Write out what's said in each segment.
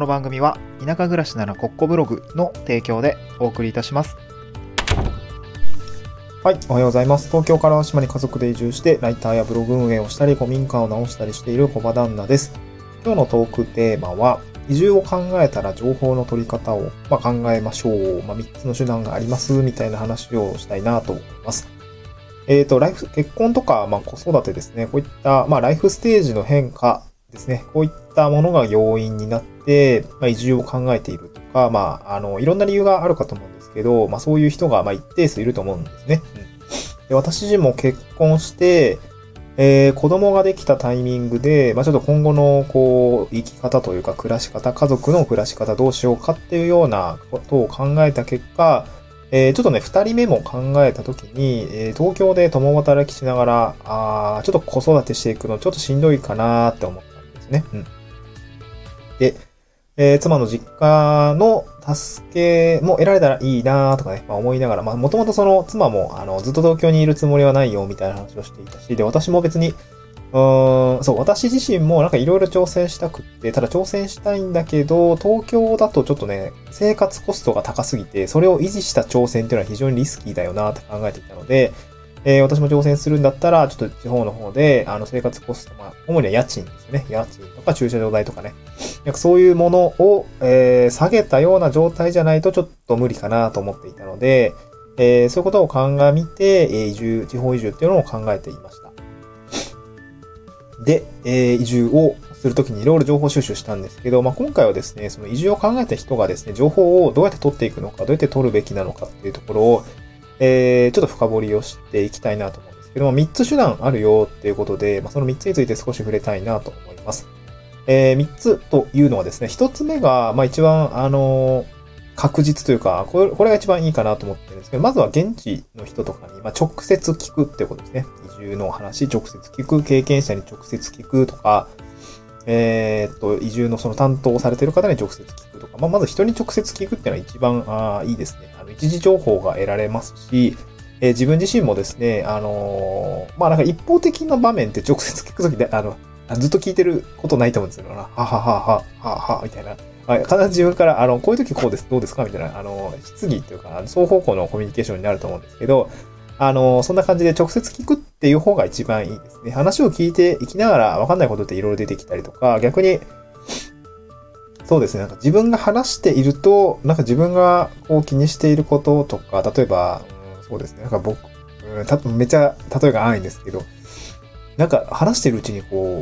の番組は田舎暮らしならコッコブログの提供でお送りいたします。 はい、おはようございます。東京から島に家族で移住してライターやブログ運営をしたり古民家を直したりしている小場旦那です。今日のトークテーマは移住を考えたら情報の取り方を、考えましょう。3つの手段がありますみたいな話をしたいなと思います。結婚とか、子育てですね。こういった、ライフステージの変化ですね。こういったものが要因になって、移住を考えているとか、いろんな理由があるかと思うんですけど、そういう人が、一定数いると思うんですね。で、私自身も結婚して、子供ができたタイミングで、ちょっと今後の、生き方というか、暮らし方、家族の暮らし方どうしようかっていうようなことを考えた結果、ちょっとね、二人目も考えたときに、東京で共働きしながら、ちょっと子育てしていくのちょっとしんどいかなって思ったんですね。で、妻の実家の助けも得られたらいいなとかね、思いながら、もともとその妻も、ずっと東京にいるつもりはないよ、みたいな話をしていたし、で、私も別に、私自身もいろいろ挑戦したくって、ただ挑戦したいんだけど、東京だとちょっとね、生活コストが高すぎて、それを維持した挑戦っていうのは非常にリスキーだよなって考えていたので、私も挑戦するんだったら、ちょっと地方の方で、生活コスト、主には家賃ですね。家賃とか駐車場代とかね。そういうものを、下げたような状態じゃないとちょっと無理かなと思っていたので、そういうことを鑑みて、地方移住っていうのを考えていました。で、移住をするときにいろいろ情報収集したんですけど、今回はですね、その移住を考えた人がですね、情報をどうやって取っていくのか、どうやって取るべきなのかっていうところを、ちょっと深掘りをしていきたいなと思うんですけども、3つ手段あるよっていうことで、その3つについて少し触れたいなと思います。3つというのはですね、1つ目が、一番、確実というか、これが一番いいかなと思ってるんですけど、まずは現地の人とかに、直接聞くっていうことですね。移住の話、直接聞く、経験者に直接聞くとか、移住のその担当されている方に直接聞くとか、まず人に直接聞くっていうのは一番いいですね。一時情報が得られますし、自分自身もですね、一方的な場面って直接聞くときで、ずっと聞いてることないと思うんですよ。みたいな。必ず自分から、こういう時こうです、どうですかみたいな、質疑というか、双方向のコミュニケーションになると思うんですけど、そんな感じで直接聞くっていう方が一番いいですね。話を聞いていきながら分かんないことっていろいろ出てきたりとか、逆に、そうですね、自分が話していると、自分が気にしていることとか、例えば、そうですね、めっちゃ例えが安易ですけど、話してるうちに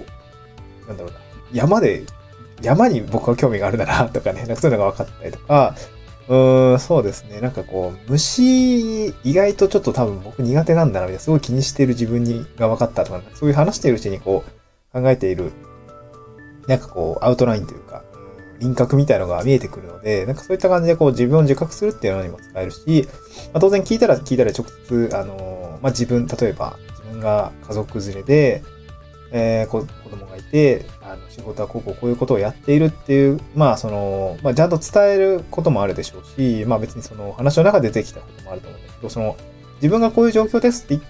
山に僕は興味があるんだなとかね、そういうのが分かったりとか、そうですね、虫、意外とちょっと多分僕苦手なんだな、みたいな、すごい気にしている自分が分かったとか、そういう話しているうちに考えている、アウトラインというか、輪郭みたいなのが見えてくるので、そういった感じで自分を自覚するっていうのにも使えるし、当然聞いたら直接、例えば自分が家族連れで、子供がいて、仕事はこういうことをやっているっていう、ちゃんと伝えることもあるでしょうし、別にその話の中で出てきたこともあると思うんですけど、自分がこういう状況ですって言った、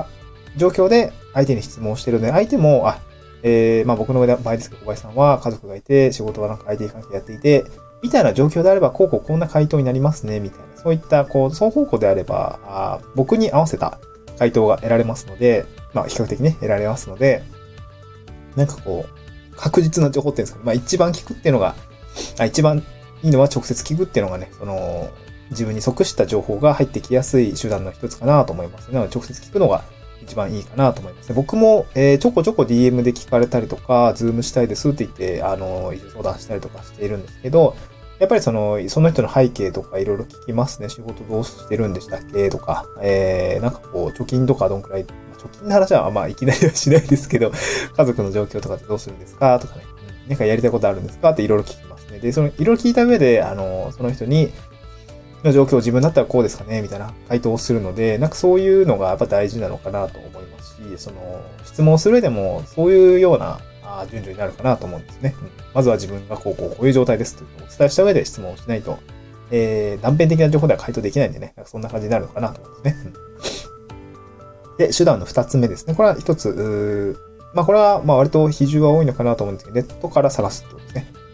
状況で相手に質問してるので、相手も、僕の場合ですけど、小林さんは家族がいて、仕事はIT 関係やっていて、みたいな状況であれば、こんな回答になりますね、みたいな。そういった、双方向であれば、僕に合わせた回答が得られますので、比較的ね、得られますので、確実な情報っていうんですかね。一番聞くっていうのが、一番いいのは直接聞くっていうのがね、自分に即した情報が入ってきやすい手段の一つかなと思います。なので、直接聞くのが一番いいかなと思いますね。僕も、ちょこちょこ DM で聞かれたりとか、ズームしたいですって言って、移住相談したりとかしているんですけど、やっぱりその人の背景とかいろいろ聞きますね。仕事どうしてるんでしたっけとか、貯金とかどんくらい、貯金の話はいきなりはしないですけど、家族の状況とかってどうするんですかとかね。やりたいことあるんですかっていろいろ聞きますね。で、いろいろ聞いた上で、その人の状況、自分だったらこうですかねみたいな回答をするので、そういうのがやっぱ大事なのかなと思いますし、質問する上でも、そういうような順序になるかなと思うんですね。まずは自分がこういう状態ですというのをお伝えした上で質問をしないと、断片的な情報では回答できないんでね、そんな感じになるのかなと思うんですね。で、手段の2つ目ですね。これは一つ、これは割と比重は多いのかなと思うんですけど、ネットから探すってことですね。ネッ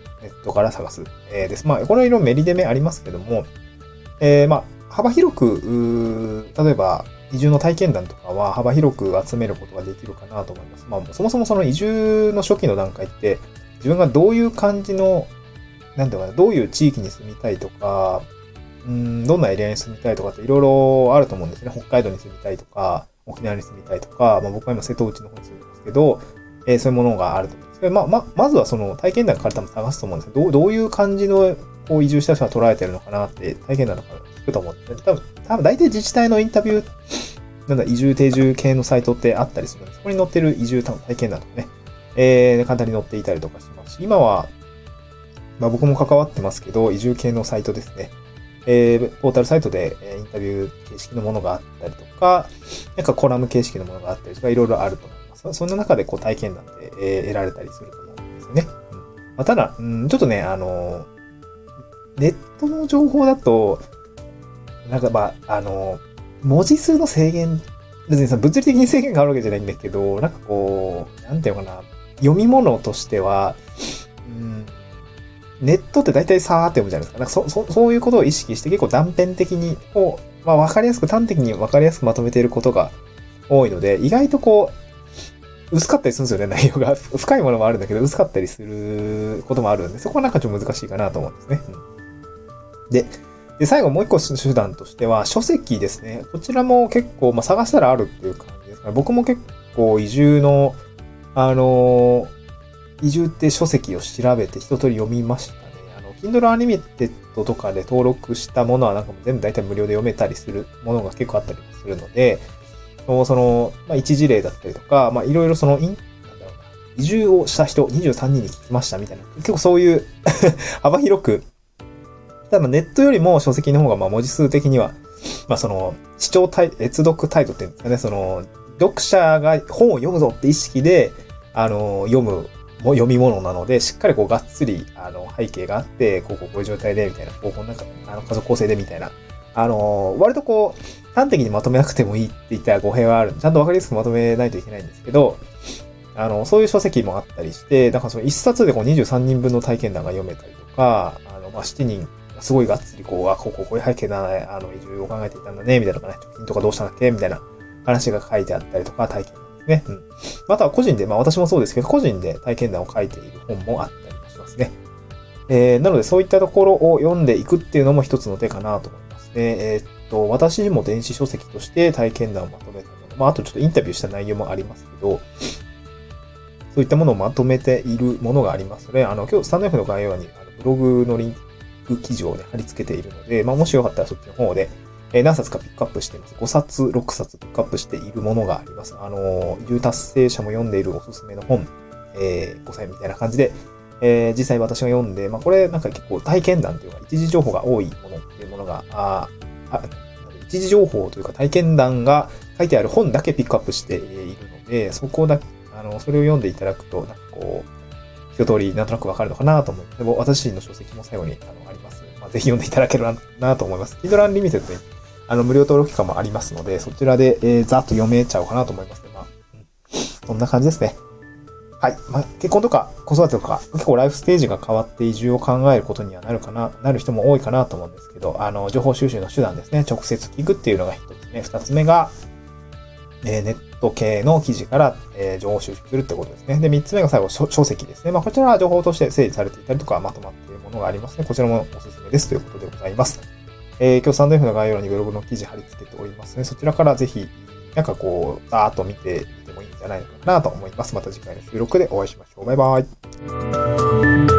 トから探す、です。まあ、これはいろいろメリデメありますけども、まあ、幅広く、例えば、移住の体験談とかは幅広く集めることができるかなと思います。まあ、そもそもその移住の初期の段階って、自分がどういう感じの、なんていうかな、どういう地域に住みたいとか、どんなエリアに住みたいとかっていろいろあると思うんですね。北海道に住みたいとか、沖縄に住みたいとか、まあ僕は今瀬戸内の方に住んでますけど、そういうものがあると思うんですけど、まずはその体験談から多分探すと思うんですけど、どういう感じのこう移住した人は捉えてるのかなって体験談とか聞くと思うんですね。多分大体自治体のインタビュー、移住定住系のサイトってあったりするんです。そこに載ってる移住体験談とかね、簡単に載っていたりとかしますし、今は、まあ僕も関わってますけど、移住系のサイトですね。ポータルサイトでインタビュー形式のものがあったりとか、なんかコラム形式のものがあったりとか、いろいろあると思います。そんな中でこう体験談で得られたりすると思うんですよね。まあ、ただ、ちょっとね、ネットの情報だと、なんか文字数の制限、別に物理的に制限があるわけじゃないんだけど、なんかこう、なんていうのかな、読み物としては、ネットって大体さーって読むじゃないですか。なんかそういうことを意識して結構断片的に、まあわかりやすく、端的にわかりやすくまとめていることが多いので、意外とこう、薄かったりするんですよね、内容が。深いものもあるんだけど、薄かったりすることもあるんで、そこはなんかちょっと難しいかなと思うんですね。で、最後もう一個手段としては、書籍ですね。こちらも結構、まあ探したらあるっていう感じですから、僕も結構移住の、移住って書籍を調べて一通り読みましたね。Kindle Unlimited とかで登録したものはなんかも全部大体無料で読めたりするものが結構あったりするので、まあ、一事例だったりとか、まあ、いろいろ移住をした人23人に聞きましたみたいな、結構そういう幅広く、ただネットよりも書籍の方がまあ文字数的には、まあ閲読態度っていうんですかね、読者が本を読むぞって意識で、読み物なので、しっかりこうがっつり、背景があって、こういう状態で、みたいな、こうなんか、家族構成で、みたいな。割とこう、端的にまとめなくてもいいって言ったら語弊はある。ちゃんとわかりやすくまとめないといけないんですけど、そういう書籍もあったりして、だからその一冊でこう23人分の体験談が読めたりとか、まあ、7人、すごいがっつりこういう背景だね、移住を考えていたんだね、みたいなのがね、貯金とかどうしたんだっけみたいな話が書いてあったりとか、体験ね。あとは個人で、まあ私もそうですけど、個人で体験談を書いている本もあったりもしますね。なのでそういったところを読んでいくっていうのも一つの手かなと思いますね。私も電子書籍として体験談をまとめたもの、まああとちょっとインタビューした内容もありますけど、そういったものをまとめているものがありますので、今日スタンド F の概要欄にブログのリンク記事をね、貼り付けているので、まあもしよかったらそっちの方で、何冊かピックアップしています。5冊、6冊ピックアップしているものがあります。移住達成者も読んでいるおすすめの本、5歳みたいな感じで、実際私が読んで、まあこれなんか結構体験談というか、一時情報が多いものっていうものが、一時情報というか体験談が書いてある本だけピックアップしているので、それを読んでいただくと、なんかこう、一通りなんとなくわかるのかなと思う。でも私の書籍も最後にあります。まあ、ぜひ読んでいただければなと思います。Kindle Unlimited に無料登録期間もありますので、そちらで、ざっと読めちゃおうかなと思いますね。まあ、そんな感じですね。はい。まあ、結婚とか子育てとか、結構ライフステージが変わって移住を考えることにはなる人も多いかなと思うんですけど、情報収集の手段ですね。直接聞くっていうのが一つ目。二つ目が、ネット系の記事から、情報収集するってことですね。で、三つ目が最後、書籍ですね。まあ、こちらは情報として整理されていたりとか、まとまっているものがありますね。こちらもおすすめですということでございます。今日スタンド F の概要欄にブログの記事貼り付けておりますね。そちらからぜひ、なんかこう、ざーっと見てみてもいいんじゃないのかなと思います。また次回の収録でお会いしましょう。バイバイ。